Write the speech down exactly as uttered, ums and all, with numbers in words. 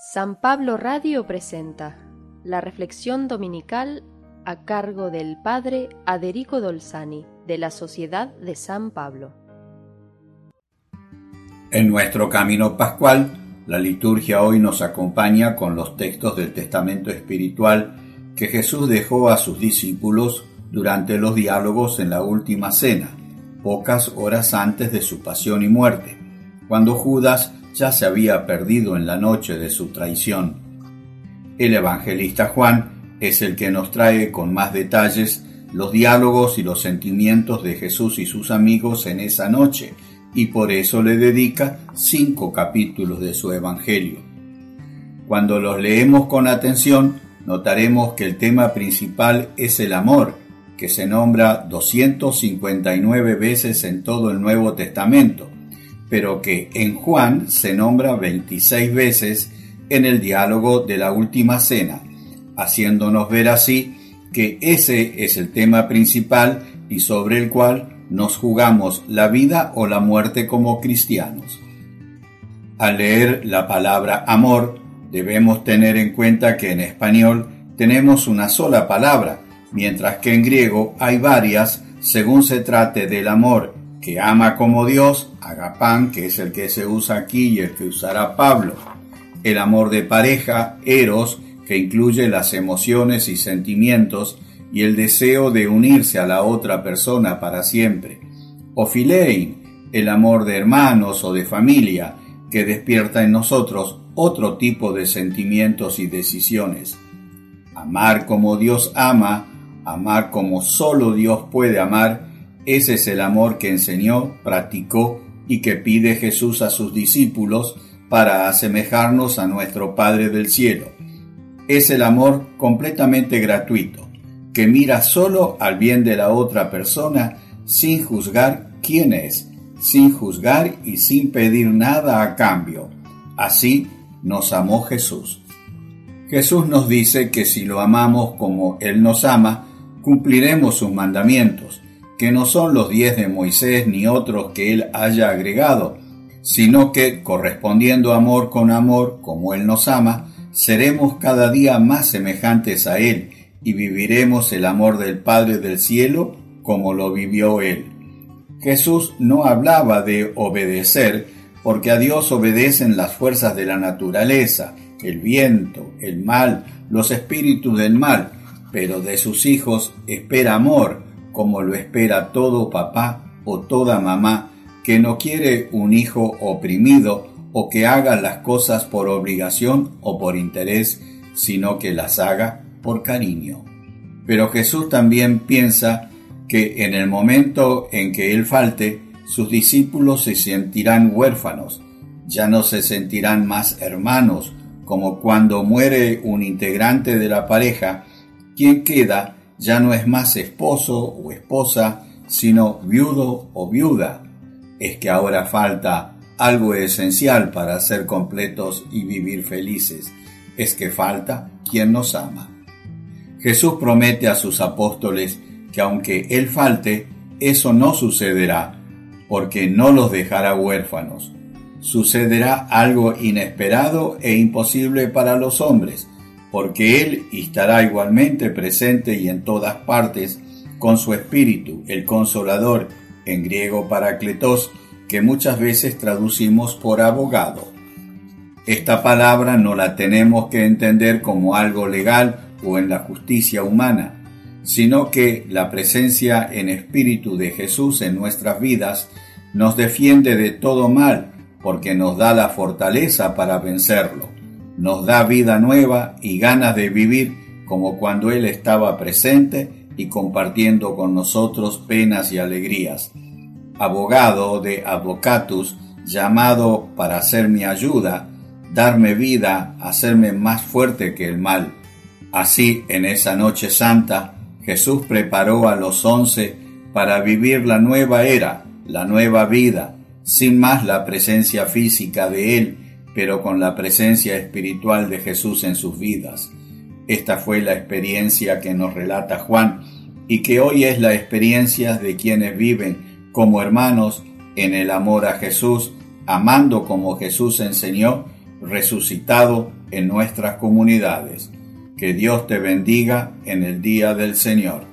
San Pablo Radio presenta la reflexión dominical a cargo del Padre Aderico Dolzani, de la Sociedad de San Pablo. En nuestro camino pascual, la liturgia hoy nos acompaña con los textos del testamento espiritual que Jesús dejó a sus discípulos durante los diálogos en la última cena, pocas horas antes de su pasión y muerte, cuando Judas ya se había perdido en la noche de su traición. El evangelista Juan es el que nos trae con más detalles los diálogos y los sentimientos de Jesús y sus amigos en esa noche, y por eso le dedica cinco capítulos de su evangelio. Cuando los leemos con atención, notaremos que el tema principal es el amor, que se nombra doscientas cincuenta y nueve veces en todo el Nuevo Testamento, pero que en Juan se nombra veintiséis veces en el diálogo de la última cena, haciéndonos ver así que ese es el tema principal y sobre el cual nos jugamos la vida o la muerte como cristianos. Al leer la palabra amor, debemos tener en cuenta que en español tenemos una sola palabra, mientras que en griego hay varias según se trate del amor que ama como Dios, agapán, que es el que se usa aquí y el que usará Pablo. El amor de pareja, eros, que incluye las emociones y sentimientos y el deseo de unirse a la otra persona para siempre. O philein, el amor de hermanos o de familia, que despierta en nosotros otro tipo de sentimientos y decisiones. Amar como Dios ama, amar como solo Dios puede amar, ese es el amor que enseñó, practicó y que pide Jesús a sus discípulos para asemejarnos a nuestro Padre del Cielo. Es el amor completamente gratuito, que mira solo al bien de la otra persona sin juzgar quién es, sin juzgar y sin pedir nada a cambio. Así nos amó Jesús. Jesús nos dice que si lo amamos como Él nos ama, cumpliremos sus mandamientos, que no son los diez de Moisés ni otros que Él haya agregado, sino que, correspondiendo amor con amor, como Él nos ama, seremos cada día más semejantes a Él y viviremos el amor del Padre del Cielo como lo vivió Él. Jesús no hablaba de obedecer, porque a Dios obedecen las fuerzas de la naturaleza, el viento, el mal, los espíritus del mal, pero de sus hijos espera amor, como lo espera todo papá o toda mamá que no quiere un hijo oprimido o que haga las cosas por obligación o por interés, sino que las haga por cariño. Pero Jesús también piensa que en el momento en que Él falte, sus discípulos se sentirán huérfanos, ya no se sentirán más hermanos, como cuando muere un integrante de la pareja, quien queda ya no es más esposo o esposa, sino viudo o viuda. Es que ahora falta algo esencial para ser completos y vivir felices. Es que falta quien nos ama. Jesús promete a sus apóstoles que aunque Él falte, eso no sucederá, porque no los dejará huérfanos. Sucederá algo inesperado e imposible para los hombres, porque Él estará igualmente presente y en todas partes con su Espíritu, el Consolador, en griego Parakletos, que muchas veces traducimos por abogado. Esta palabra no la tenemos que entender como algo legal o en la justicia humana, sino que la presencia en Espíritu de Jesús en nuestras vidas nos defiende de todo mal, porque nos da la fortaleza para vencerlo. Nos da vida nueva y ganas de vivir como cuando Él estaba presente y compartiendo con nosotros penas y alegrías. Abogado de advocatus, llamado para hacer mi ayuda, darme vida, hacerme más fuerte que el mal. Así, en esa noche santa, Jesús preparó a los once para vivir la nueva era, la nueva vida, sin más la presencia física de Él, pero con la presencia espiritual de Jesús en sus vidas. Esta fue la experiencia que nos relata Juan y que hoy es la experiencia de quienes viven como hermanos en el amor a Jesús, amando como Jesús enseñó, resucitado en nuestras comunidades. Que Dios te bendiga en el día del Señor.